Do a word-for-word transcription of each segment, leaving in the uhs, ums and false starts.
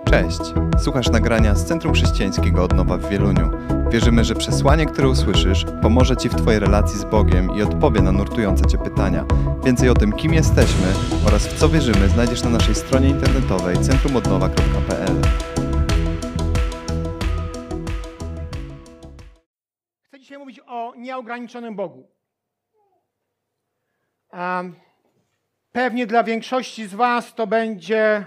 Cześć! Słuchasz nagrania z Centrum Chrześcijańskiego Odnowa w Wieluniu. Wierzymy, że przesłanie, które usłyszysz, pomoże Ci w Twojej relacji z Bogiem i odpowie na nurtujące Cię pytania. Więcej o tym, kim jesteśmy oraz w co wierzymy, znajdziesz na naszej stronie internetowej centrum odnowa kropka p l. Chcę dzisiaj mówić o nieograniczonym Bogu. Um, pewnie dla większości z Was to będzie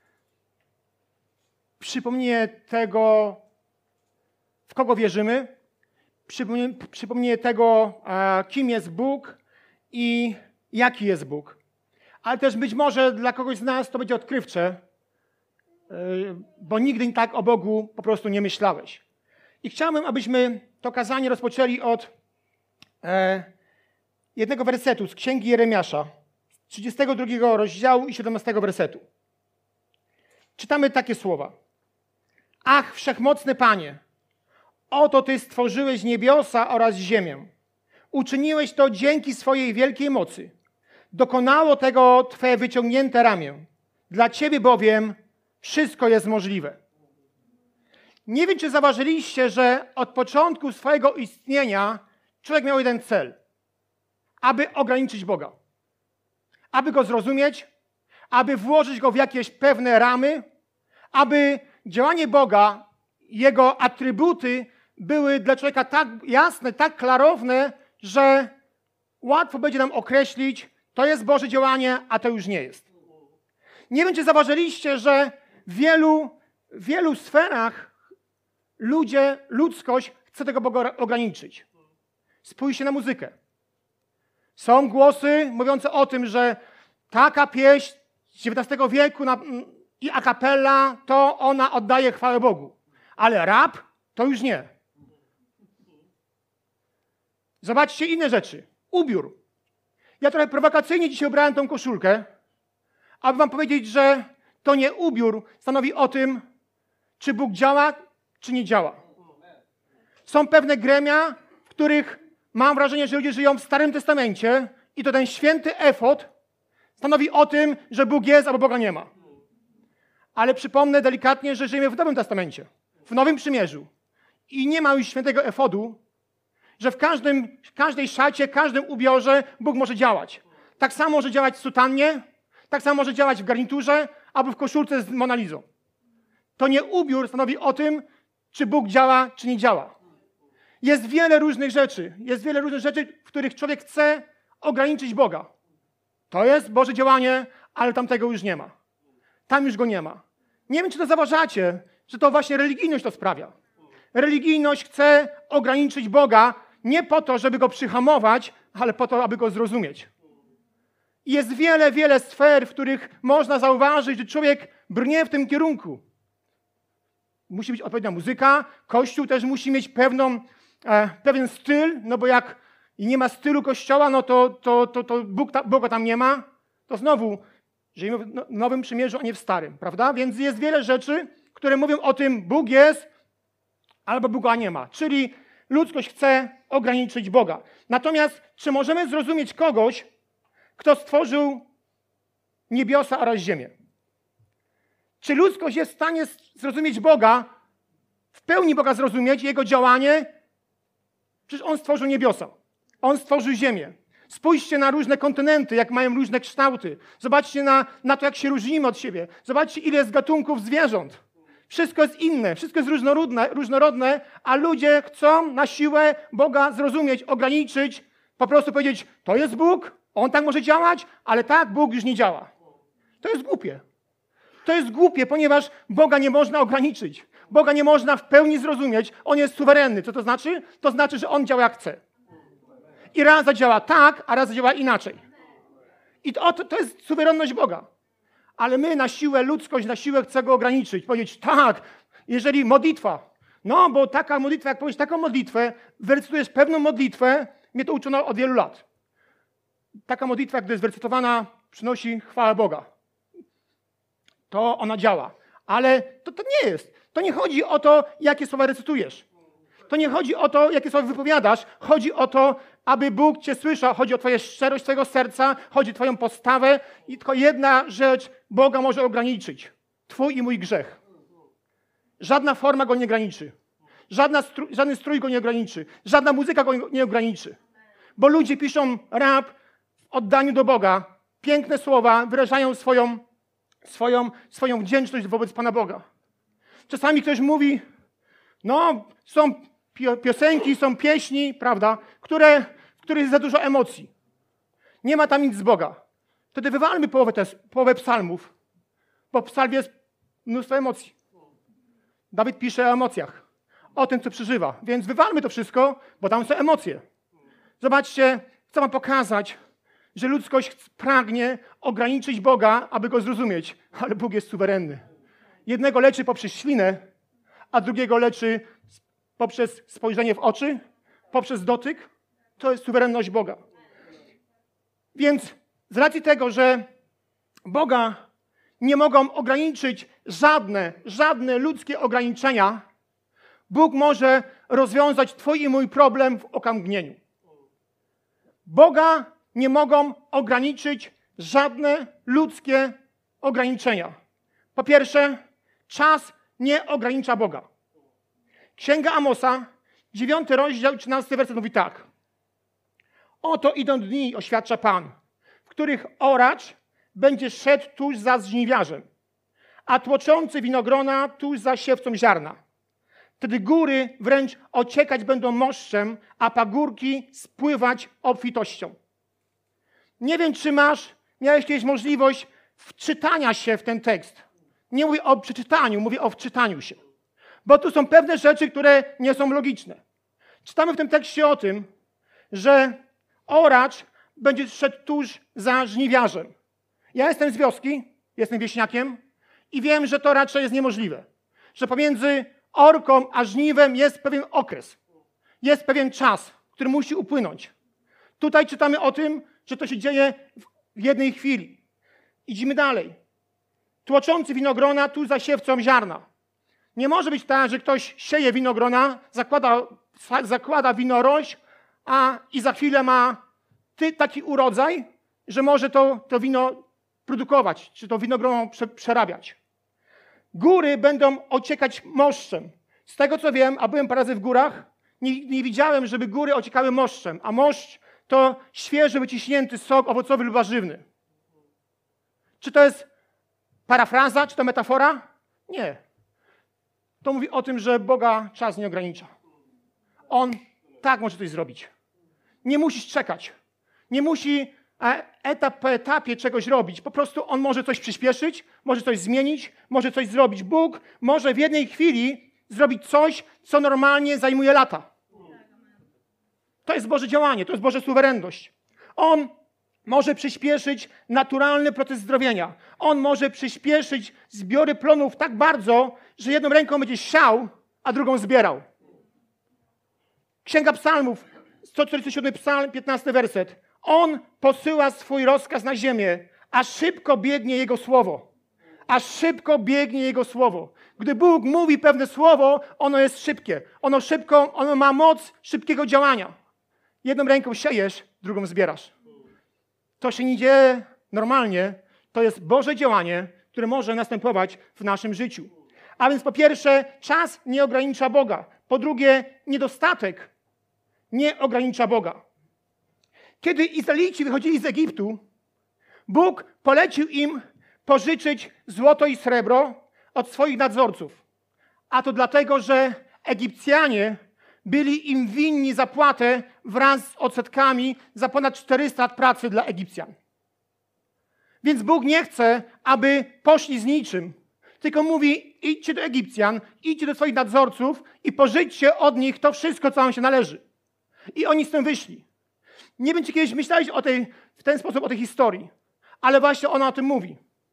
przypomnienie tego, w kogo wierzymy, przypomnienie, przypomnienie tego, e, kim jest Bóg i jaki jest Bóg. Ale też być może dla kogoś z nas to będzie odkrywcze, e, bo nigdy tak o Bogu po prostu nie myślałeś. I chciałbym, abyśmy to kazanie rozpoczęli od e, jednego wersetu z Księgi Jeremiasza, trzydziestego drugiego rozdziału i siedemnastego wersetu. Czytamy takie słowa. Ach, wszechmocny Panie, oto Ty stworzyłeś niebiosa oraz ziemię. Uczyniłeś to dzięki swojej wielkiej mocy. Dokonało tego Twe wyciągnięte ramię. Dla Ciebie bowiem wszystko jest możliwe. Nie wiem, czy zauważyliście, że od początku swojego istnienia człowiek miał jeden cel. Aby ograniczyć Boga. Aby Go zrozumieć, aby włożyć Go w jakieś pewne ramy, aby działanie Boga, Jego atrybuty były dla człowieka tak jasne, tak klarowne, że łatwo będzie nam określić, to jest Boże działanie, a to już nie jest. Nie wiem, czy zauważyliście, że w wielu, w wielu sferach ludzie, ludzkość chce tego Boga ograniczyć. Spójrzcie na muzykę. Są głosy mówiące o tym, że taka pieśń z dziewiętnastego wieku na, i a cappella, to ona oddaje chwałę Bogu. Ale rap to już nie. Zobaczcie inne rzeczy. Ubiór. Ja trochę prowokacyjnie dzisiaj ubrałem tą koszulkę, aby wam powiedzieć, że to nie ubiór stanowi o tym, czy Bóg działa, czy nie działa. Są pewne gremia, w których mam wrażenie, że ludzie żyją w Starym Testamencie i to ten święty efod stanowi o tym, że Bóg jest, albo Boga nie ma. Ale przypomnę delikatnie, że żyjemy w Nowym Testamencie, w Nowym Przymierzu. I nie ma już świętego efodu, że w, każdym, w każdej szacie, każdym ubiorze Bóg może działać. Tak samo może działać w sutannie, tak samo może działać w garniturze, albo w koszulce z Monalizą. To nie ubiór stanowi o tym, czy Bóg działa, czy nie działa. Jest wiele różnych rzeczy, jest wiele różnych rzeczy, w których człowiek chce ograniczyć Boga. To jest Boże działanie, ale tamtego już nie ma. Tam już Go nie ma. Nie wiem, czy to zauważacie, że to właśnie religijność to sprawia. Religijność chce ograniczyć Boga nie po to, żeby Go przyhamować, ale po to, aby Go zrozumieć. I jest wiele, wiele sfer, w których można zauważyć, że człowiek brnie w tym kierunku. Musi być odpowiednia muzyka, Kościół też musi mieć pewną, e, pewien styl, no bo jak nie ma stylu Kościoła, no to, to, to, to Bóg ta, Boga tam nie ma. To znowu żyjemy w Nowym Przymierzu, a nie w Starym, prawda? Więc jest wiele rzeczy, które mówią o tym, Bóg jest, albo Boga nie ma. Czyli ludzkość chce ograniczyć Boga. Natomiast czy możemy zrozumieć kogoś, kto stworzył niebiosa oraz ziemię? Czy ludzkość jest w stanie zrozumieć Boga, w pełni Boga zrozumieć, Jego działanie? Przecież On stworzył niebiosa. On stworzył ziemię. Spójrzcie na różne kontynenty, jak mają różne kształty. Zobaczcie na, na to, jak się różnimy od siebie. Zobaczcie, ile jest gatunków zwierząt. Wszystko jest inne, wszystko jest różnorodne, różnorodne, a ludzie chcą na siłę Boga zrozumieć, ograniczyć, po prostu powiedzieć, to jest Bóg, On tak może działać, ale tak Bóg już nie działa. To jest głupie. To jest głupie, ponieważ Boga nie można ograniczyć. Boga nie można w pełni zrozumieć. On jest suwerenny. Co to znaczy? To znaczy, że On działa jak chce. I raz zadziała tak, a raz zadziała inaczej. I to, to, to jest suwerenność Boga. Ale my na siłę, ludzkość na siłę chce Go ograniczyć. Powiedzieć, tak, jeżeli modlitwa, no bo taka modlitwa, jak powiesz taką modlitwę, wyrecytujesz pewną modlitwę, mnie to uczono od wielu lat. Taka modlitwa, gdy jest wyrecytowana, przynosi chwałę Boga. To ona działa. Ale to, to nie jest. To nie chodzi o to, jakie słowa recytujesz. To nie chodzi o to, jakie słowa wypowiadasz. Chodzi o to, aby Bóg Cię słyszał. Chodzi o Twoją szczerość Twojego serca. Chodzi o Twoją postawę. I tylko jedna rzecz Boga może ograniczyć. Twój i mój grzech. żadna forma go nie ograniczy. Żadna stru, żaden strój go nie ograniczy. Żadna muzyka go nie ograniczy. Bo ludzie piszą rap w oddaniu do Boga. Piękne słowa, wyrażają swoją, swoją, swoją wdzięczność wobec Pana Boga. Czasami ktoś mówi, no są piosenki, są pieśni, prawda, które, w których jest za dużo emocji. Nie ma tam nic z Boga. Wtedy wywalmy połowę, te, połowę psalmów, bo w psalmie jest mnóstwo emocji. Dawid pisze o emocjach, o tym, co przeżywa. Więc wywalmy to wszystko, bo tam są emocje. Zobaczcie, chcę wam pokazać, że ludzkość pragnie ograniczyć Boga, aby Go zrozumieć. Ale Bóg jest suwerenny. Jednego leczy poprzez ślinę, a drugiego leczy poprzez spojrzenie w oczy, poprzez dotyk. To jest suwerenność Boga. Więc z racji tego, że Boga nie mogą ograniczyć żadne, żadne ludzkie ograniczenia, Bóg może rozwiązać twój i mój problem w okamgnieniu. Boga nie mogą ograniczyć żadne ludzkie ograniczenia. Po pierwsze, czas nie ogranicza Boga. Księga Amosa, dziewiąty rozdział, trzynasty werset mówi tak. Oto idą dni, oświadcza Pan, w których oracz będzie szedł tuż za żniwiarzem, a tłoczący winogrona tuż za siewcą ziarna. Wtedy góry wręcz ociekać będą moszczem, a pagórki spływać obfitością. Nie wiem, czy masz, miałeś kiedyś możliwość wczytania się w ten tekst. Nie mówię o przeczytaniu, mówię o wczytaniu się. Bo tu są pewne rzeczy, które nie są logiczne. Czytamy w tym tekście o tym, że oracz będzie szedł tuż za żniwiarzem. Ja jestem z wioski, jestem wieśniakiem i wiem, że to raczej jest niemożliwe. Że pomiędzy orką a żniwem jest pewien okres. Jest pewien czas, który musi upłynąć. Tutaj czytamy o tym, że to się dzieje w jednej chwili. Idziemy dalej. Tłoczący winogrona tuż za siewcą ziarna. Nie może być tak, że ktoś sieje winogrona, zakłada, zakłada winorośl, a i za chwilę ma ty, taki urodzaj, że może to, to wino produkować, czy to winogrono prze, przerabiać. Góry będą ociekać moszczem. Z tego co wiem, a byłem parę razy w górach, nie, nie widziałem, żeby góry ociekały moszczem, a moszcz to świeży, wyciśnięty sok owocowy lub warzywny. Czy to jest parafraza, czy to metafora? Nie. To mówi o tym, że Boga czas nie ogranicza. On tak może coś zrobić. Nie musisz czekać. Nie musi etap po etapie czegoś robić. Po prostu On może coś przyspieszyć, może coś zmienić, może coś zrobić. Bóg może w jednej chwili zrobić coś, co normalnie zajmuje lata. To jest Boże działanie, to jest Boża suwerenność. On może przyspieszyć naturalny proces zdrowienia. On może przyspieszyć zbiory plonów tak bardzo, że jedną ręką będzie siał, a drugą zbierał. Księga Psalmów, sto czterdziesty siódmy psalm, piętnasty werset. On posyła swój rozkaz na ziemię, a szybko biegnie Jego słowo. A szybko biegnie Jego słowo. Gdy Bóg mówi pewne słowo, ono jest szybkie. Ono szybko, ono ma moc szybkiego działania. Jedną ręką siejesz, drugą zbierasz. To się nie dzieje normalnie. To jest Boże działanie, które może następować w naszym życiu. A więc po pierwsze, czas nie ogranicza Boga. Po drugie, niedostatek nie ogranicza Boga. Kiedy Izraelici wychodzili z Egiptu, Bóg polecił im pożyczyć złoto i srebro od swoich nadzorców. A to dlatego, że Egipcjanie byli im winni zapłatę wraz z odsetkami za ponad czterysta lat pracy dla Egipcjan. Więc Bóg nie chce, aby poszli z niczym, tylko mówi, idźcie do Egipcjan, idźcie do swoich nadzorców i pożyczcie od nich to wszystko, co wam się należy. I oni z tym wyszli. Nie wiem, czy kiedyś myślałeś o tej, w ten sposób o tej historii, ale właśnie ona o tym mówi.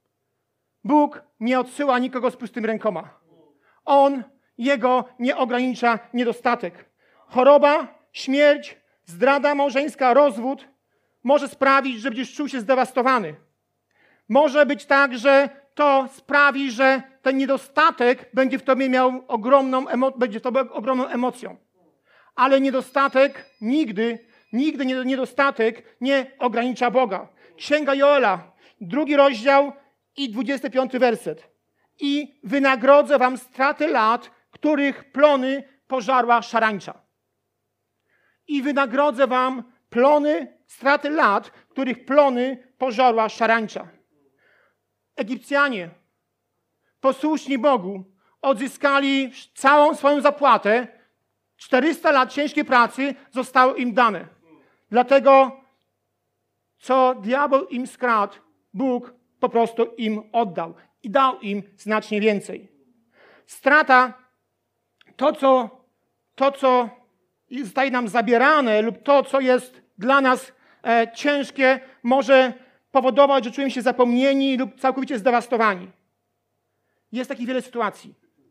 Bóg nie odsyła nikogo z pustymi rękoma. On, Jego nie ogranicza niedostatek. Choroba, śmierć, zdrada małżeńska, rozwód może sprawić, że będziesz czuł się zdewastowany. Może być tak, że to sprawi, że ten niedostatek będzie w tobie miał ogromną, emo- będzie w tobie ogromną emocją. Ale niedostatek nigdy, nigdy nie, niedostatek nie ogranicza Boga. Księga Joela, drugi rozdział i dwudziesty piąty werset. i wynagrodzę wam straty lat, których plony pożarła szarańcza. I wynagrodzę wam plony, straty lat, których plony pożarła szarańcza. Egipcjanie, posłuszni Bogu, odzyskali całą swoją zapłatę. czterysta lat ciężkiej pracy zostało im dane. Dlatego, co diabeł im skradł, Bóg po prostu im oddał i dał im znacznie więcej. Strata, to co, to, co zostaje nam zabierane lub to, co jest dla nas e, ciężkie, może powodować, że czujemy się zapomnieni lub całkowicie zdewastowani. Jest takich wiele sytuacji,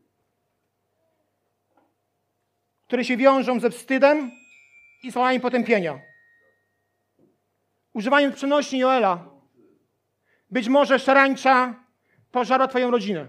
które się wiążą ze wstydem i słowami potępienia. Używaniem przenośni Joela, być może szarańcza pożarła twoją rodzinę.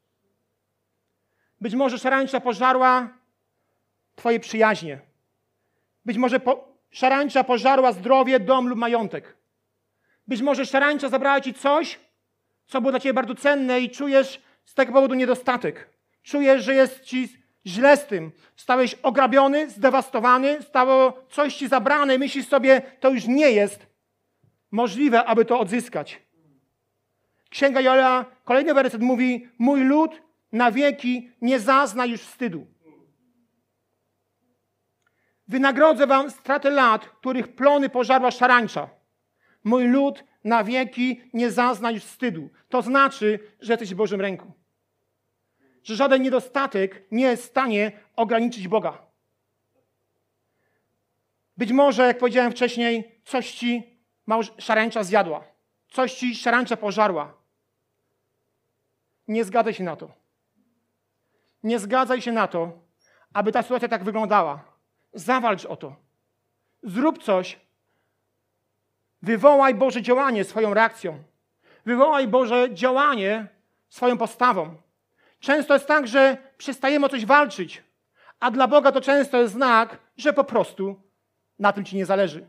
Być może szarańcza pożarła twoje przyjaźnie. Być może po, szarańcza pożarła zdrowie, dom lub majątek. Być może szarańcza zabrała ci coś, co było dla ciebie bardzo cenne i czujesz z tego powodu niedostatek. Czujesz, że jest ci źle z tym. Stałeś ograbiony, zdewastowany, stało coś ci zabrane i myślisz sobie, to już nie jest możliwe, aby to odzyskać. Księga Joela, kolejny werset mówi, mój lud na wieki nie zazna już wstydu. Wynagrodzę wam straty lat, których plony pożarła szarańcza. Mój lud na wieki nie zazna już wstydu. To znaczy, że jesteś w Bożym ręku. Że żaden niedostatek nie jest w stanie ograniczyć Boga. Być może, jak powiedziałem wcześniej, coś ci szarańcza zjadła. Coś ci szarańcza pożarła. Nie zgadzaj się na to. Nie zgadzaj się na to, aby ta sytuacja tak wyglądała. Zawalcz o to. Zrób coś. Wywołaj Boże działanie swoją reakcją. Wywołaj Boże działanie swoją postawą. Często jest tak, że przestajemy o coś walczyć, a dla Boga to często jest znak, że po prostu na tym ci nie zależy.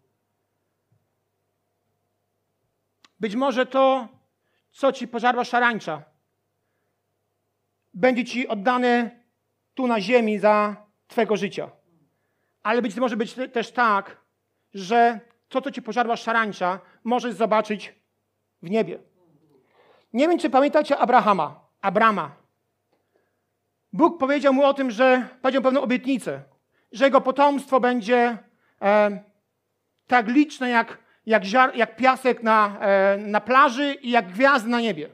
Być może to, co ci pożarła szarańcza, będzie ci oddane tu na ziemi za twego życia. Ale być może być też tak, że to, co ci pożarła szarańcza, możesz zobaczyć w niebie. Nie wiem, czy pamiętacie Abrahama. Abrama. Bóg powiedział mu o tym, że powiedział pewną obietnicę, że jego potomstwo będzie e, tak liczne jak, jak, ziar, jak piasek na, e, na plaży i jak gwiazdy na niebie.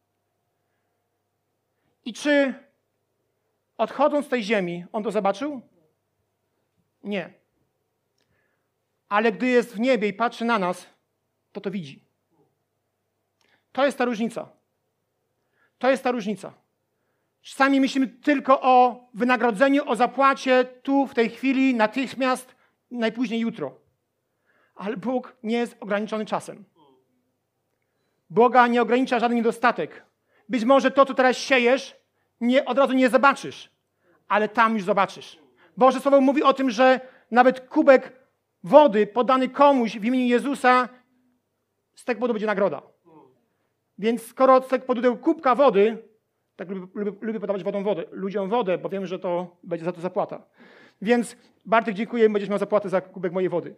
I czy odchodząc z tej ziemi, on to zobaczył? Nie. Ale gdy jest w niebie i patrzy na nas, to to widzi. To jest ta różnica. To jest ta różnica. Czasami myślimy tylko o wynagrodzeniu, o zapłacie tu, w tej chwili, natychmiast, najpóźniej jutro. Ale Bóg nie jest ograniczony czasem. Boga nie ogranicza żaden niedostatek. Być może to, co teraz siejesz, nie, od razu nie zobaczysz, ale tam już zobaczysz. Boże Słowo mówi o tym, że nawet kubek wody podany komuś w imieniu Jezusa, z tego powodu będzie nagroda. Więc skoro z tego powodu kubka wody, tak lubię, lubię, lubię podawać wodą wodę, ludziom wodę, bo wiem, że to będzie za to zapłata. Więc Bartek, dziękuję, będziesz miał zapłatę za kubek mojej wody.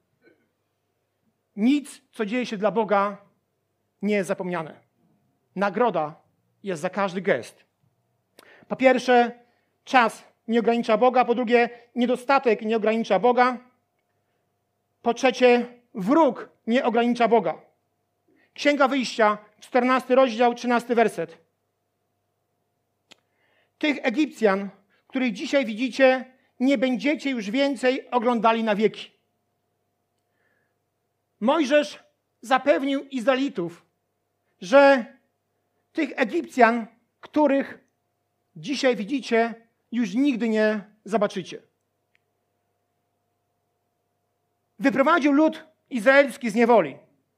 Nic, co dzieje się dla Boga, nie jest zapomniane. Nagroda jest za każdy gest. Po pierwsze, czas nie ogranicza Boga. Po drugie, niedostatek nie ogranicza Boga. Po trzecie, wróg nie ogranicza Boga. Księga Wyjścia, czternasty rozdział, trzynasty werset. Tych Egipcjan, których dzisiaj widzicie, nie będziecie już więcej oglądali na wieki. Mojżesz zapewnił Izraelitów, że tych Egipcjan, których dzisiaj widzicie, już nigdy nie zobaczycie. Wyprowadził lud izraelski z niewoli.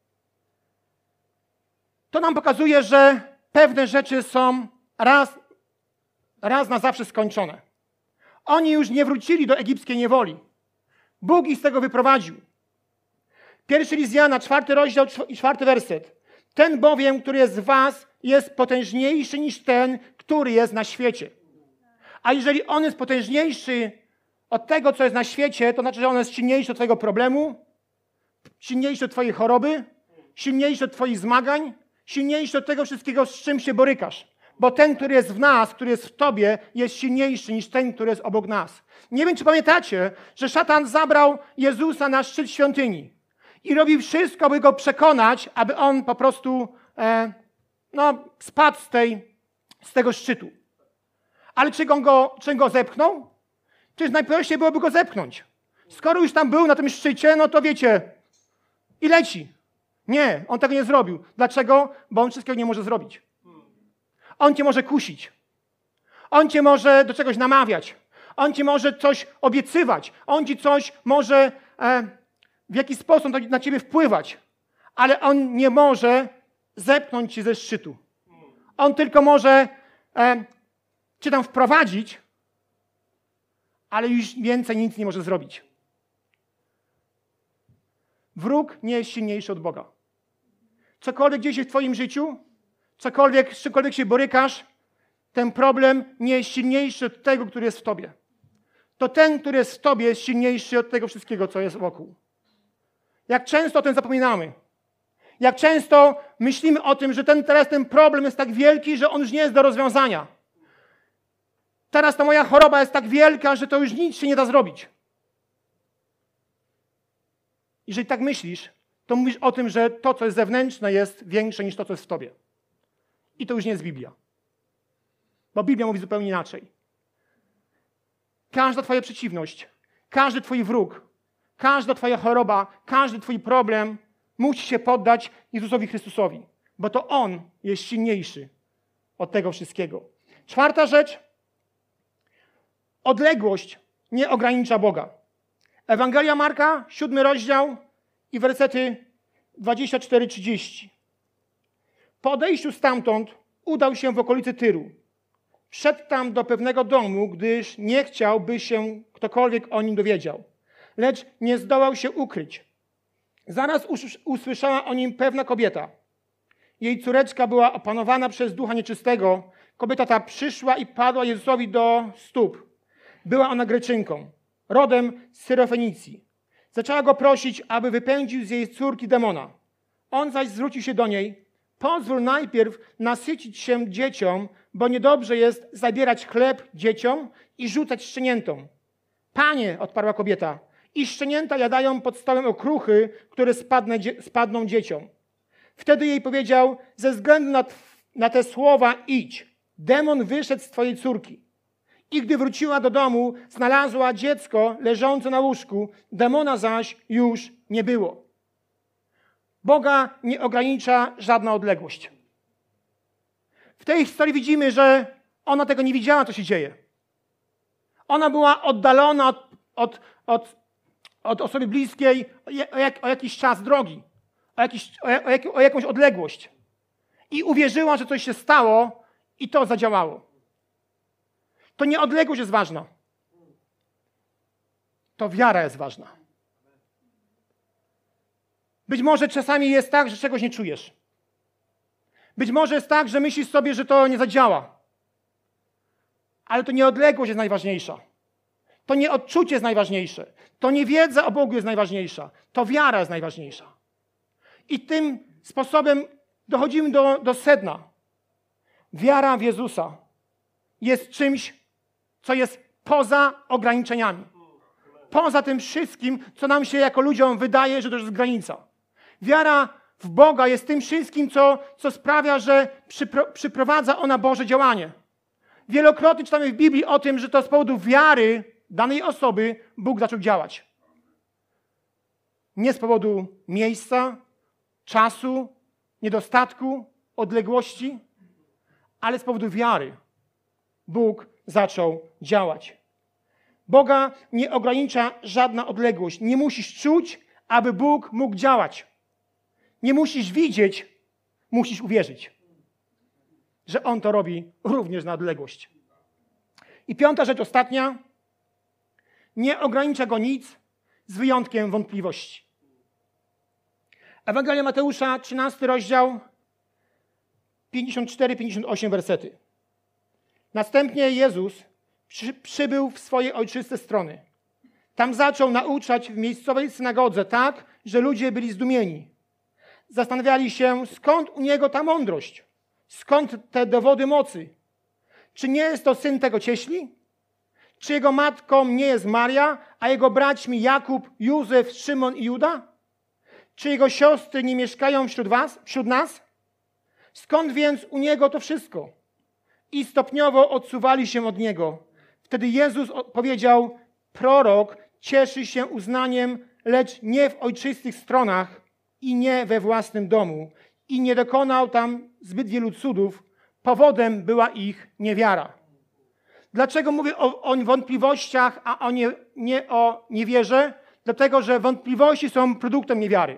To nam pokazuje, że pewne rzeczy są raz, raz na zawsze skończone. Oni już nie wrócili do egipskiej niewoli. Bóg ich z tego wyprowadził. Pierwszy list Jana, czwarty rozdział i czwarty werset. Ten bowiem, który jest w was, jest potężniejszy niż ten, który jest na świecie. A jeżeli on jest potężniejszy od tego, co jest na świecie, to znaczy, że on jest silniejszy od twojego problemu, silniejszy od twojej choroby, silniejszy od twoich zmagań, silniejszy od tego wszystkiego, z czym się borykasz. Bo ten, który jest w nas, który jest w tobie, jest silniejszy niż ten, który jest obok nas. Nie wiem, czy pamiętacie, że szatan zabrał Jezusa na szczyt świątyni i robił wszystko, by go przekonać, aby on po prostu e, no, spadł z, tej, z tego szczytu. Ale czy on go, czy go zepchnął? Przecież najprościej byłoby go zepchnąć. Skoro już tam był na tym szczycie, no to wiecie, i leci. Nie, on tego nie zrobił. Dlaczego? Bo on wszystkiego nie może zrobić. On cię może kusić. On cię może do czegoś namawiać. On ci może coś obiecywać. On ci coś może e, w jakiś sposób na ciebie wpływać. Ale on nie może zepchnąć cię ze szczytu. On tylko może e, cię tam wprowadzić, ale już więcej nic nie może zrobić. Wróg nie jest silniejszy od Boga. Cokolwiek gdzieś jest w twoim życiu, cokolwiek, z czymkolwiek się borykasz, ten problem nie jest silniejszy od tego, który jest w tobie. To ten, który jest w tobie, jest silniejszy od tego wszystkiego, co jest wokół. Jak często o tym zapominamy. Jak często myślimy o tym, że ten, teraz ten problem jest tak wielki, że on już nie jest do rozwiązania. Teraz ta moja choroba jest tak wielka, że to już nic się nie da zrobić. Jeżeli tak myślisz, to mówisz o tym, że to, co jest zewnętrzne, jest większe niż to, co jest w tobie. I to już nie jest Biblia. Bo Biblia mówi zupełnie inaczej. Każda twoja przeciwność, każdy twój wróg, każda twoja choroba, każdy twój problem musi się poddać Jezusowi Chrystusowi. Bo to On jest silniejszy od tego wszystkiego. Czwarta rzecz. Odległość nie ogranicza Boga. Ewangelia Marka, siódmy rozdział i wersety dwadzieścia cztery trzydzieści. Po odejściu stamtąd udał się w okolicy Tyru. Wszedł tam do pewnego domu, gdyż nie chciał, by się ktokolwiek o nim dowiedział. Lecz nie zdołał się ukryć. Zaraz usłyszała o nim pewna kobieta. Jej córeczka była opanowana przez ducha nieczystego. Kobieta ta przyszła i padła Jezusowi do stóp. Była ona Greczynką, rodem z Syrofenicji. Zaczęła go prosić, aby wypędził z jej córki demona. On zaś zwrócił się do niej. Pozwól najpierw nasycić się dzieciom, bo niedobrze jest zabierać chleb dzieciom i rzucać szczeniętom. Panie, odparła kobieta, i szczenięta jadają pod stołem okruchy, które spadną, spadną dzieciom. Wtedy jej powiedział, ze względu na, na te słowa idź, demon wyszedł z twojej córki. I gdy wróciła do domu, znalazła dziecko leżące na łóżku, demona zaś już nie było. Boga nie ogranicza żadna odległość. W tej historii widzimy, że ona tego nie widziała, co się dzieje. Ona była oddalona od, od, od, od osoby bliskiej o, jak, o jakiś czas drogi, o, jakiś, o, jak, o jakąś odległość. I uwierzyła, że coś się stało i to zadziałało. To nie odległość jest ważna. To wiara jest ważna. Być może czasami jest tak, że czegoś nie czujesz. Być może jest tak, że myślisz sobie, że to nie zadziała. Ale to nie odległość jest najważniejsza. To nie odczucie jest najważniejsze. To nie wiedza o Bogu jest najważniejsza. To wiara jest najważniejsza. I tym sposobem dochodzimy do, do sedna. Wiara w Jezusa jest czymś, co jest poza ograniczeniami. Poza tym wszystkim, co nam się jako ludziom wydaje, że to jest granica. Wiara w Boga jest tym wszystkim, co, co sprawia, że przypro, przyprowadza ona Boże działanie. Wielokrotnie czytamy w Biblii o tym, że to z powodu wiary danej osoby Bóg zaczął działać. Nie z powodu miejsca, czasu, niedostatku, odległości, ale z powodu wiary Bóg zaczął działać. Boga nie ogranicza żadna odległość. Nie musisz czuć, aby Bóg mógł działać. Nie musisz widzieć, musisz uwierzyć, że On to robi również na odległość. I piąta rzecz, ostatnia. Nie ogranicza Go nic z wyjątkiem wątpliwości. Ewangelia Mateusza, trzynasty rozdział, pięćdziesiąt cztery pięćdziesiąt osiem wersety. Następnie Jezus przy, przybył w swoje ojczyste strony. Tam zaczął nauczać w miejscowej synagodze tak, że ludzie byli zdumieni. Zastanawiali się, skąd u niego ta mądrość, skąd te dowody mocy. Czy nie jest to syn tego cieśli? Czy jego matką nie jest Maria, a jego braćmi Jakub, Józef, Szymon i Juda? Czy jego siostry nie mieszkają wśród was, wśród nas? Skąd więc u niego to wszystko? I stopniowo odsuwali się od niego. Wtedy Jezus powiedział, prorok cieszy się uznaniem, lecz nie w ojczystych stronach i nie we własnym domu. I nie dokonał tam zbyt wielu cudów. Powodem była ich niewiara. Dlaczego mówię o, o wątpliwościach, a o nie, nie o niewierze? Dlatego, że wątpliwości są produktem niewiary.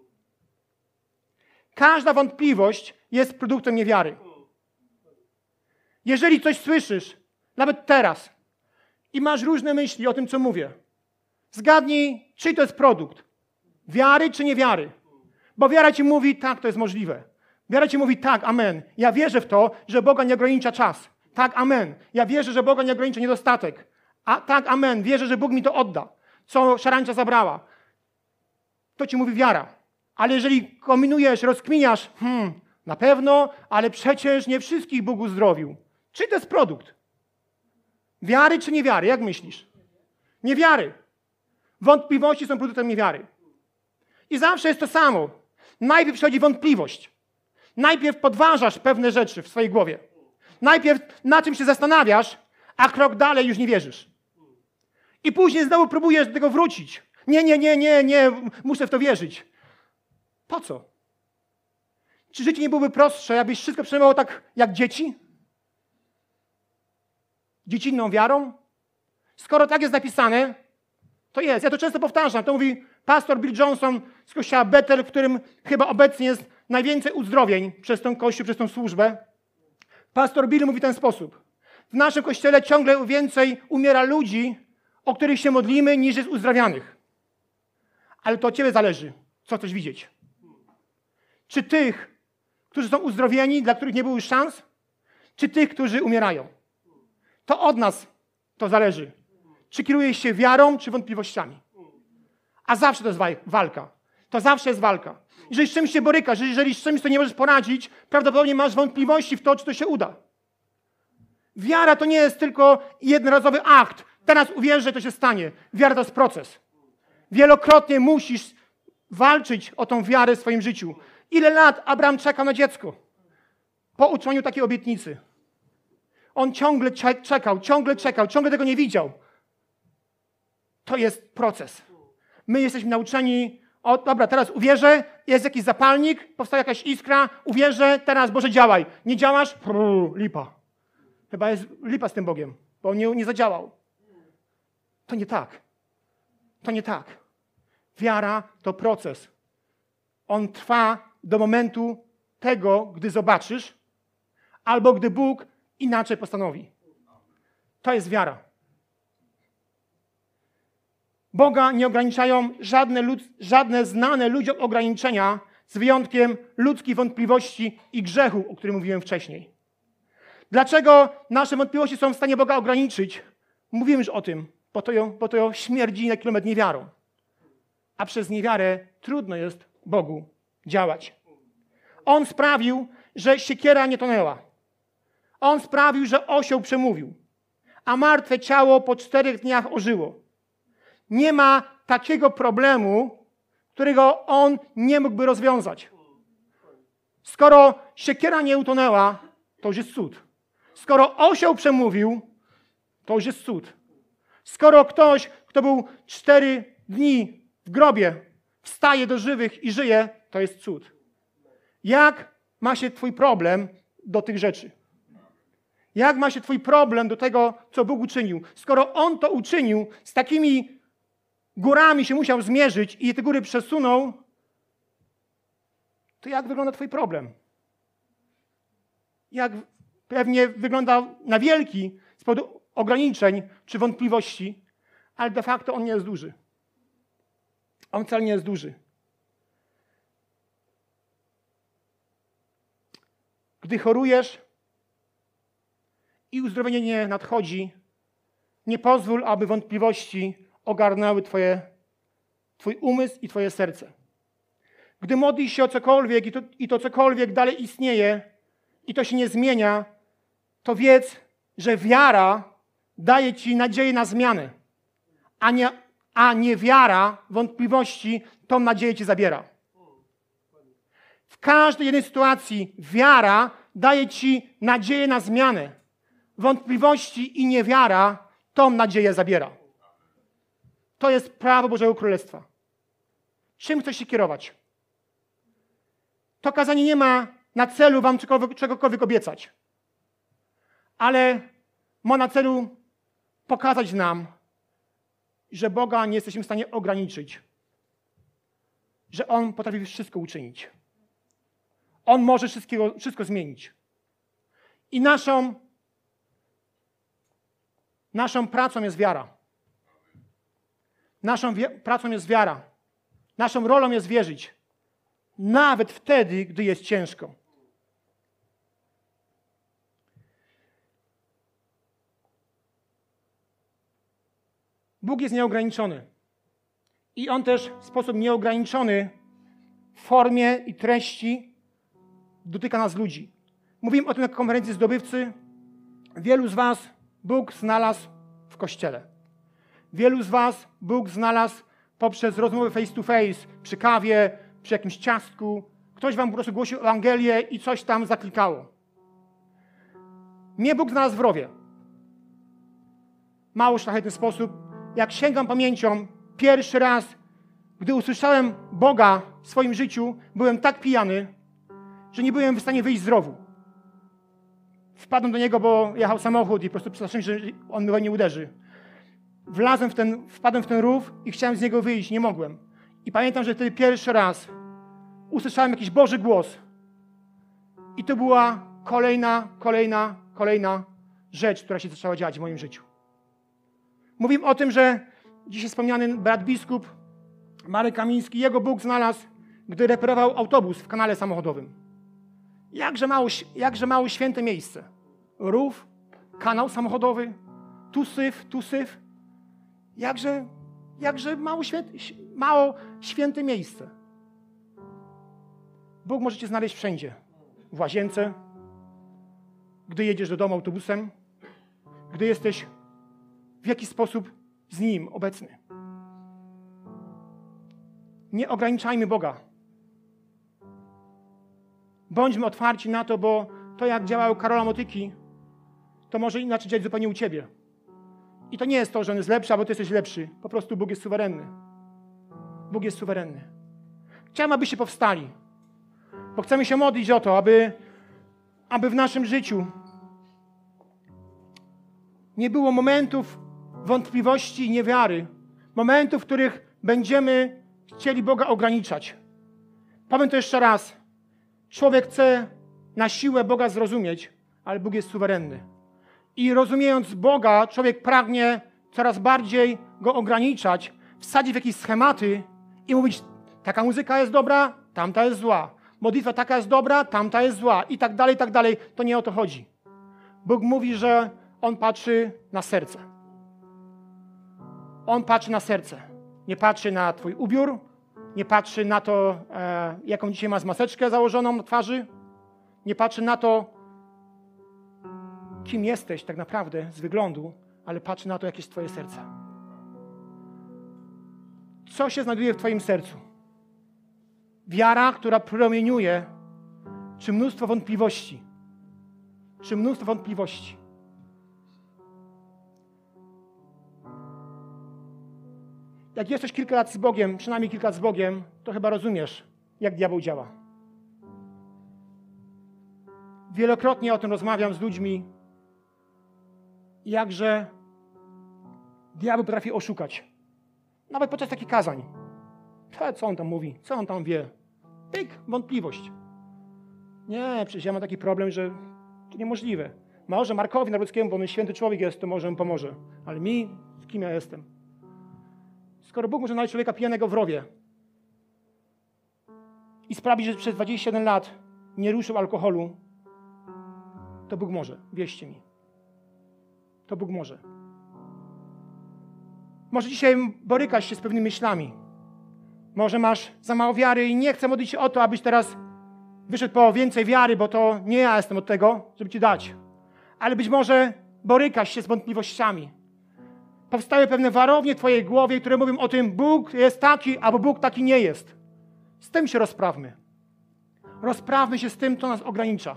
Każda wątpliwość jest produktem niewiary. Jeżeli coś słyszysz, nawet teraz, i masz różne myśli o tym, co mówię, zgadnij, czy to jest produkt wiary, czy niewiary. Bo wiara ci mówi, tak, to jest możliwe. Wiara ci mówi, tak, amen. Ja wierzę w to, że Boga nie ogranicza czas. Tak, amen. Ja wierzę, że Boga nie ogranicza niedostatek. A tak, amen. Wierzę, że Bóg mi to odda, co szarańcza zabrała. To ci mówi wiara. Ale jeżeli kombinujesz, rozkminiasz, hmm, na pewno, ale przecież nie wszystkich Bóg uzdrowił. Czy to jest produkt? Wiary czy niewiary? Jak myślisz? Niewiary. Wątpliwości są produktem niewiary. I zawsze jest to samo. Najpierw przychodzi wątpliwość. Najpierw podważasz pewne rzeczy w swojej głowie. Najpierw na czym się zastanawiasz, a krok dalej już nie wierzysz. I później znowu próbujesz do tego wrócić. Nie, nie, nie, nie, nie, muszę w to wierzyć. Po co? Czy życie nie byłoby prostsze, jakbyś wszystko przyjmowało tak jak dzieci? Dziecinną wiarą? Skoro tak jest napisane, to jest. Ja to często powtarzam. To mówi pastor Bill Johnson z kościoła Bethel, w którym chyba obecnie jest najwięcej uzdrowień przez ten kościół, przez tą służbę. Pastor Bill mówi w ten sposób. W naszym kościele ciągle więcej umiera ludzi, o których się modlimy, niż jest uzdrawianych. Ale to od ciebie zależy, co chcesz widzieć. Czy tych, którzy są uzdrowieni, dla których nie było już szans, czy tych, którzy umierają? To od nas to zależy. Czy kierujesz się wiarą, czy wątpliwościami? A zawsze to jest walka. To zawsze jest walka. Jeżeli z czymś się borykasz, jeżeli z czymś to nie możesz poradzić, prawdopodobnie masz wątpliwości w to, czy to się uda. Wiara to nie jest tylko jednorazowy akt. Teraz uwierzę, to się stanie. Wiara to jest proces. Wielokrotnie musisz walczyć o tą wiarę w swoim życiu. Ile lat Abraham czekał na dziecko? Po uczynieniu takiej obietnicy. On ciągle czekał, ciągle czekał, ciągle tego nie widział. To jest proces. My jesteśmy nauczeni, o dobra, teraz uwierzę, jest jakiś zapalnik, powstała jakaś iskra, uwierzę, teraz Boże działaj. Nie działasz? Prrr, lipa. Chyba jest lipa z tym Bogiem, bo on nie, nie zadziałał. To nie tak. To nie tak. Wiara to proces. On trwa do momentu tego, gdy zobaczysz, albo gdy Bóg inaczej postanowi. To jest wiara. Boga nie ograniczają żadne, lud, żadne znane ludziom ograniczenia, z wyjątkiem ludzkich wątpliwości i grzechu, o którym mówiłem wcześniej. Dlaczego nasze wątpliwości są w stanie Boga ograniczyć? Mówiłem już o tym, bo to ją, bo to ją śmierdzi na kilometr niewiarą. A przez niewiarę trudno jest Bogu działać. On sprawił, że siekiera nie tonęła. On sprawił, że osioł przemówił, a martwe ciało po czterech dniach ożyło. Nie ma takiego problemu, którego on nie mógłby rozwiązać. Skoro siekiera nie utonęła, to już jest cud. Skoro osioł przemówił, to już jest cud. Skoro ktoś, kto był cztery dni w grobie, wstaje do żywych i żyje, to jest cud. Jak ma się twój problem do tych rzeczy? Jak ma się twój problem do tego, co Bóg uczynił? Skoro On to uczynił, z takimi górami się musiał zmierzyć i te góry przesunął, to jak wygląda twój problem? Jak pewnie wygląda na wielki z powodu ograniczeń czy wątpliwości, ale de facto on nie jest duży. On wcale nie jest duży. Gdy chorujesz i uzdrowienie nie nadchodzi, nie pozwól, aby wątpliwości ogarnęły twoje, twój umysł i twoje serce. Gdy modlisz się o cokolwiek i to, i to cokolwiek dalej istnieje i to się nie zmienia, to wiedz, że wiara daje ci nadzieję na zmianę, a nie, a nie wiara wątpliwości tą nadzieję ci zabiera. W każdej jednej sytuacji wiara daje ci nadzieję na zmianę. Wątpliwości i niewiara tą nadzieję zabiera. To jest prawo Bożego Królestwa. Czym chcesz się kierować? To kazanie nie ma na celu wam czegokolwiek, czegokolwiek obiecać, ale ma na celu pokazać nam, że Boga nie jesteśmy w stanie ograniczyć, że On potrafi wszystko uczynić. On może wszystkiego, wszystko zmienić. I naszą, naszą pracą jest wiara. Naszą wi- pracą jest wiara. Naszą rolą jest wierzyć. Nawet wtedy, gdy jest ciężko. Bóg jest nieograniczony. I On też w sposób nieograniczony w formie i treści dotyka nas ludzi. Mówiłem o tym na konferencji zdobywcy. Wielu z was Bóg znalazł w Kościele. Wielu z was Bóg znalazł poprzez rozmowy face to face, przy kawie, przy jakimś ciastku. Ktoś wam po prostu głosił Ewangelię i coś tam zaklikało. Mnie Bóg znalazł w rowie. Mało szlachetny sposób. Jak sięgam pamięcią, pierwszy raz, gdy usłyszałem Boga w swoim życiu, byłem tak pijany, że nie byłem w stanie wyjść z rowu. Wpadłem do niego, bo jechał samochód i po prostu przestraszyłem się, że on mnie nie uderzy. Wlazłem w ten, wpadłem w ten rów i chciałem z niego wyjść, nie mogłem. I pamiętam, że wtedy pierwszy raz usłyszałem jakiś Boży głos. I to była kolejna, kolejna, kolejna rzecz, która się zaczęła dziać w moim życiu. Mówimy o tym, że dzisiaj wspomniany brat biskup Marek Kamiński, jego Bóg znalazł, gdy reperował autobus w kanale samochodowym. Jakże mało, jakże mało święte miejsce. Rów, kanał samochodowy, tu syf, tu syf. Jakże, jakże mało, święte, mało święte miejsce. Bóg możecie znaleźć wszędzie. W łazience, gdy jedziesz do domu autobusem, gdy jesteś w jakiś sposób z Nim obecny. Nie ograniczajmy Boga. Bądźmy otwarci na to, bo to jak działały Karola Motyki, to może inaczej działać zupełnie u ciebie. I to nie jest to, że on jest lepszy, albo ty jesteś lepszy. Po prostu Bóg jest suwerenny. Bóg jest suwerenny. Chciałem, abyście powstali, bo chcemy się modlić o to, aby, aby w naszym życiu nie było momentów wątpliwości i niewiary, momentów, w których będziemy chcieli Boga ograniczać. Powiem to jeszcze raz. Człowiek chce na siłę Boga zrozumieć, ale Bóg jest suwerenny. I rozumiejąc Boga, człowiek pragnie coraz bardziej Go ograniczać, wsadzić w jakieś schematy i mówić, taka muzyka jest dobra, tamta jest zła. Modlitwa taka jest dobra, tamta jest zła. I tak dalej, i tak dalej. To nie o to chodzi. Bóg mówi, że On patrzy na serce. On patrzy na serce. Nie patrzy na twój ubiór, nie patrzy na to, e, jaką dzisiaj masz maseczkę założoną na twarzy. Nie patrzy na to, kim jesteś tak naprawdę z wyglądu, ale patrzy na to, jakie jest twoje serce. Co się znajduje w twoim sercu? Wiara, która promieniuje, czy mnóstwo wątpliwości? Czy mnóstwo wątpliwości? Jak jesteś kilka lat z Bogiem, przynajmniej kilka lat z Bogiem, to chyba rozumiesz, jak diabeł działa. Wielokrotnie o tym rozmawiam z ludźmi, jakże diabeł potrafi oszukać. Nawet podczas takich kazań. Co on tam mówi? Co on tam wie? Pyk, wątpliwość. Nie, przecież ja mam taki problem, że to niemożliwe. Może Markowi Nawrockiemu, bo on święty człowiek jest, to może on pomoże. Ale mi, z kim ja jestem? Skoro Bóg może znaleźć człowieka pijanego w rowie i sprawić, że przez dwadzieścia jeden lat nie ruszył alkoholu, To Bóg może, wierzcie mi. To Bóg może. Może dzisiaj borykasz się z pewnymi myślami. Może masz za mało wiary i nie chcę modlić się o to, abyś teraz wyszedł po więcej wiary, bo to nie ja jestem od tego, żeby ci dać. Ale być może borykasz się z wątpliwościami. Powstały pewne warownie w twojej głowie, które mówią o tym, Bóg jest taki, albo Bóg taki nie jest. Z tym się rozprawmy. Rozprawmy się z tym, co nas ogranicza.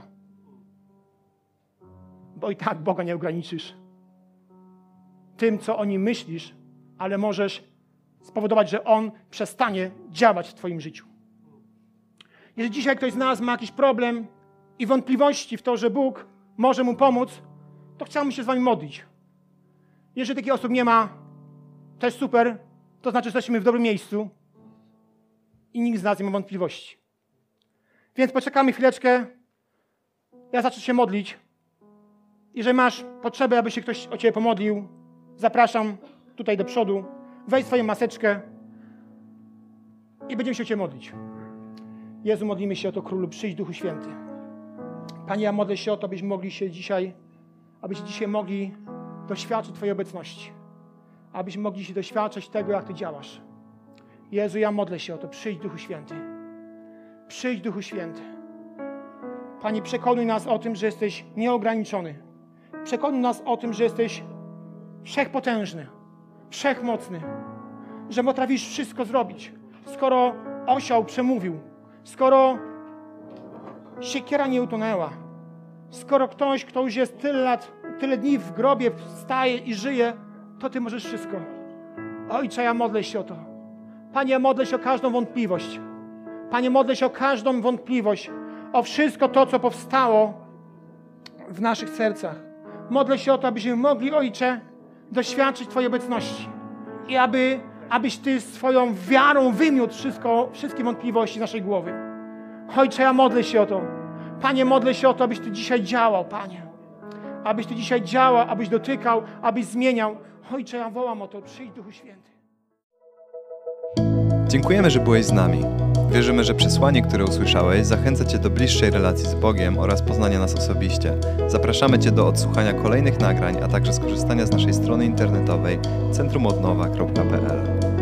Bo i tak Boga nie ograniczysz. Tym, co o Nim myślisz, ale możesz spowodować, że On przestanie działać w twoim życiu. Jeżeli dzisiaj ktoś z nas ma jakiś problem i wątpliwości w to, że Bóg może mu pomóc, to chciałbym się z wami modlić. Jeżeli takiej osób nie ma, to jest super, to znaczy, że jesteśmy w dobrym miejscu i nikt z nas nie ma wątpliwości. Więc poczekamy chwileczkę, ja zacznę się modlić. Jeżeli masz potrzebę, aby się ktoś o ciebie pomodlił, zapraszam tutaj do przodu, weź swoją maseczkę i będziemy się o ciebie modlić. Jezu, modlimy się o to, Królu, przyjdź Duchu Święty. Panie, ja modlę się o to, abyśmy mogli się dzisiaj, abyśmy dzisiaj mogli doświadczyć Twojej obecności. Abyśmy mogli się doświadczać tego, jak Ty działasz. Jezu, ja modlę się o to, przyjdź Duchu Święty. Przyjdź Duchu Święty. Panie, przekonuj nas o tym, że jesteś nieograniczony. Przekonuj nas o tym, że jesteś wszechpotężny, wszechmocny, że potrafisz wszystko zrobić. Skoro osioł przemówił, skoro siekiera nie utonęła, skoro ktoś, kto już jest tyle lat, tyle dni w grobie wstaje i żyje, to Ty możesz wszystko. Ojcze, ja modlę się o to. Panie, ja modlę się o każdą wątpliwość. Panie, modlę się o każdą wątpliwość, o wszystko to, co powstało w naszych sercach. Modlę się o to, abyśmy mogli, Ojcze, doświadczyć Twojej obecności i aby, abyś Ty swoją wiarą wymiótł wszystko, wszystkie wątpliwości z naszej głowy. Ojcze, ja modlę się o to. Panie, modlę się o to, abyś Ty dzisiaj działał, Panie. Abyś Ty dzisiaj działał, abyś dotykał, abyś zmieniał. Ojcze, ja wołam o to. Przyjdź, Duchu Święty. Dziękujemy, że byłeś z nami. Wierzymy, że przesłanie, które usłyszałeś, zachęca Cię do bliższej relacji z Bogiem oraz poznania nas osobiście. Zapraszamy Cię do odsłuchania kolejnych nagrań, a także skorzystania z naszej strony internetowej centrum odnowa kropka p l.